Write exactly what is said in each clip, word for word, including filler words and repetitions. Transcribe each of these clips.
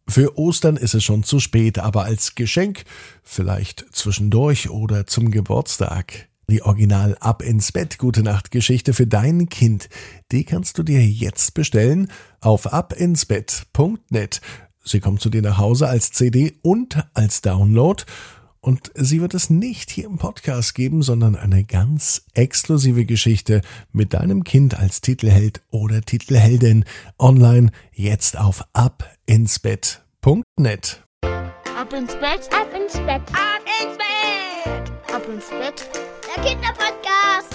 Für Ostern ist es schon zu spät, aber als Geschenk, vielleicht zwischendurch oder zum Geburtstag. Die Original Ab ins Bett Gute Nacht Geschichte für dein Kind, die kannst du dir jetzt bestellen auf abinsbett punkt net. Sie kommt zu dir nach Hause als C D und als Download. Und sie wird es nicht hier im Podcast geben, sondern eine ganz exklusive Geschichte mit deinem Kind als Titelheld oder Titelheldin online jetzt auf abinsbett punkt net. Ab ins Bett, ab ins Bett, ab ins Bett, ab ins Bett, der Kinderpodcast.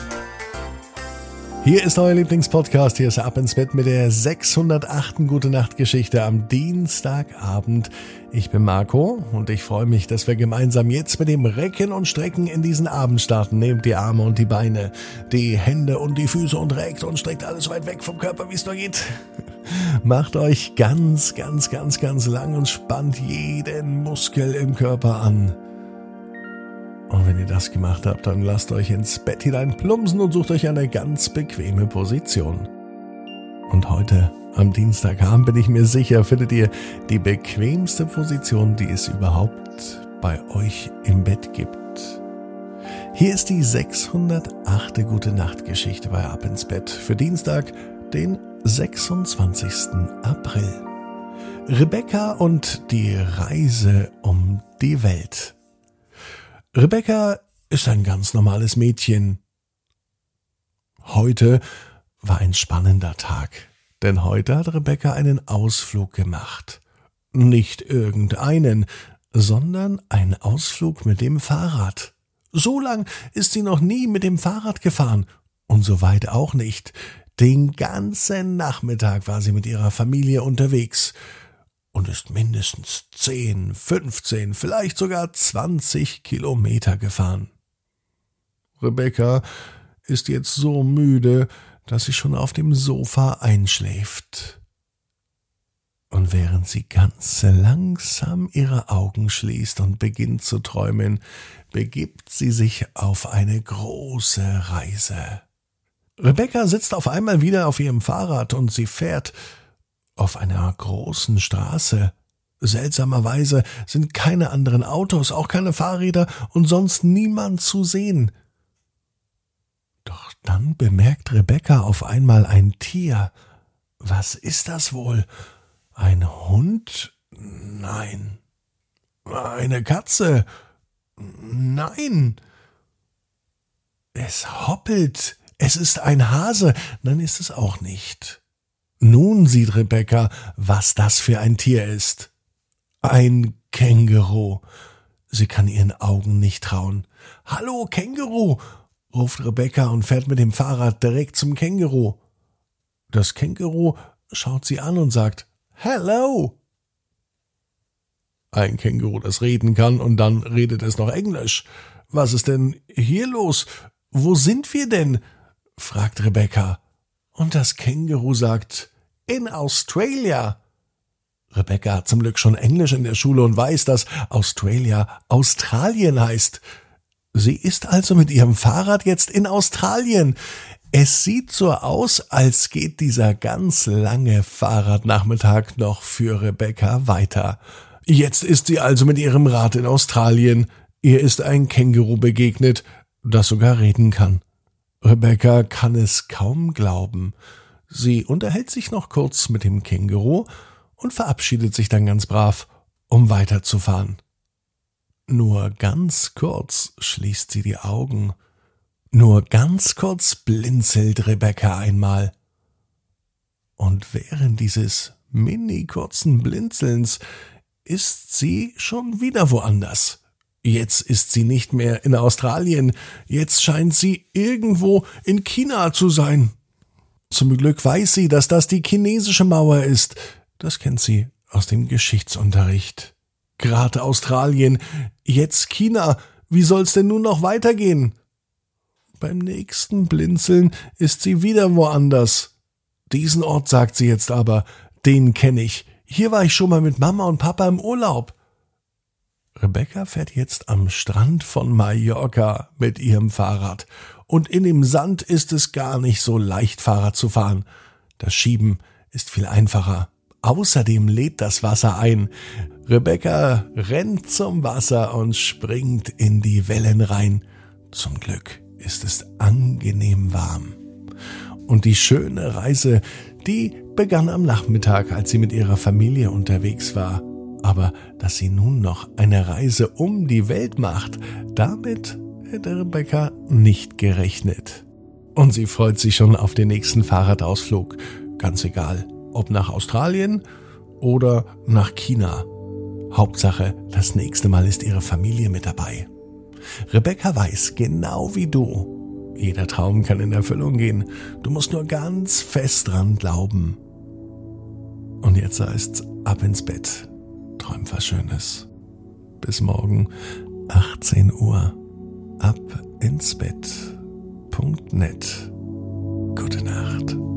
Hier ist euer Lieblingspodcast, hier ist Ab ins Bett mit der sechshundertachten Gute Nacht Geschichte am Dienstagabend. Ich bin Marco und ich freue mich, dass wir gemeinsam jetzt mit dem Recken und Strecken in diesen Abend starten. Nehmt die Arme und die Beine, die Hände und die Füße und reckt und streckt alles weit weg vom Körper, wie es nur geht. Macht euch ganz, ganz, ganz, ganz lang und spannt jeden Muskel im Körper an. Und wenn ihr das gemacht habt, dann lasst euch ins Bett hinein plumpsen und sucht euch eine ganz bequeme Position. Und heute, am Dienstagabend, bin ich mir sicher, findet ihr die bequemste Position, die es überhaupt bei euch im Bett gibt. Hier ist die sechshundertachte Gute Nacht Geschichte bei Ab ins Bett für Dienstag, den sechsundzwanzigsten April. Rebecca und die Reise um die Welt. Rebecca ist ein ganz normales Mädchen. Heute war ein spannender Tag, denn heute hat Rebecca einen Ausflug gemacht. Nicht irgendeinen, sondern einen Ausflug mit dem Fahrrad. So lang ist sie noch nie mit dem Fahrrad gefahren und so weit auch nicht. Den ganzen Nachmittag war sie mit ihrer Familie unterwegs und ist mindestens zehn, fünfzehn, vielleicht sogar zwanzig Kilometer gefahren. Rebecca ist jetzt so müde, dass sie schon auf dem Sofa einschläft. Und während sie ganz langsam ihre Augen schließt und beginnt zu träumen, begibt sie sich auf eine große Reise. Rebecca sitzt auf einmal wieder auf ihrem Fahrrad und sie fährt auf einer großen Straße. Seltsamerweise sind keine anderen Autos, auch keine Fahrräder und sonst niemand zu sehen. Doch dann bemerkt Rebecca auf einmal ein Tier. Was ist das wohl? Ein Hund? Nein. Eine Katze? Nein. Es hoppelt. Es ist ein Hase. Nein, ist es auch nicht. Nun sieht Rebecca, was das für ein Tier ist. Ein Känguru. Sie kann ihren Augen nicht trauen. »Hallo, Känguru«, ruft Rebecca und fährt mit dem Fahrrad direkt zum Känguru. Das Känguru schaut sie an und sagt »Hello«. Ein Känguru, das reden kann und dann redet es noch Englisch. »Was ist denn hier los? Wo sind wir denn?«, fragt Rebecca. Und das Känguru sagt »In Australia«. Rebecca hat zum Glück schon Englisch in der Schule und weiß, dass Australia Australien heißt. Sie ist also mit ihrem Fahrrad jetzt in Australien. Es sieht so aus, als geht dieser ganz lange Fahrradnachmittag noch für Rebecca weiter. Jetzt ist sie also mit ihrem Rad in Australien. Ihr ist ein Känguru begegnet, das sogar reden kann. Rebecca kann es kaum glauben. Sie unterhält sich noch kurz mit dem Känguru und verabschiedet sich dann ganz brav, um weiterzufahren. Nur ganz kurz schließt sie die Augen. Nur ganz kurz blinzelt Rebecca einmal. Und während dieses mini kurzen Blinzelns ist sie schon wieder woanders. Jetzt ist sie nicht mehr in Australien, jetzt scheint sie irgendwo in China zu sein. Zum Glück weiß sie, dass das die chinesische Mauer ist. Das kennt sie aus dem Geschichtsunterricht. Gerade Australien, jetzt China. Wie soll's denn nun noch weitergehen? Beim nächsten Blinzeln ist sie wieder woanders. Diesen Ort, sagt sie jetzt aber, den kenne ich. Hier war ich schon mal mit Mama und Papa im Urlaub. Rebecca fährt jetzt am Strand von Mallorca mit ihrem Fahrrad. Und in dem Sand ist es gar nicht so leicht, Fahrrad zu fahren. Das Schieben ist viel einfacher. Außerdem lädt das Wasser ein. Rebecca rennt zum Wasser und springt in die Wellen rein. Zum Glück ist es angenehm warm. Und die schöne Reise, die begann am Nachmittag, als sie mit ihrer Familie unterwegs war. Aber dass sie nun noch eine Reise um die Welt macht, damit hätte Rebecca nicht gerechnet. Und sie freut sich schon auf den nächsten Fahrradausflug. Ganz egal, ob nach Australien oder nach China. Hauptsache, das nächste Mal ist ihre Familie mit dabei. Rebecca weiß, genau wie du, jeder Traum kann in Erfüllung gehen. Du musst nur ganz fest dran glauben. Und jetzt heißt's ab ins Bett. Träum was Schönes. Bis morgen, achtzehn Uhr. Ab ins Bett. Punkt net. Gute Nacht.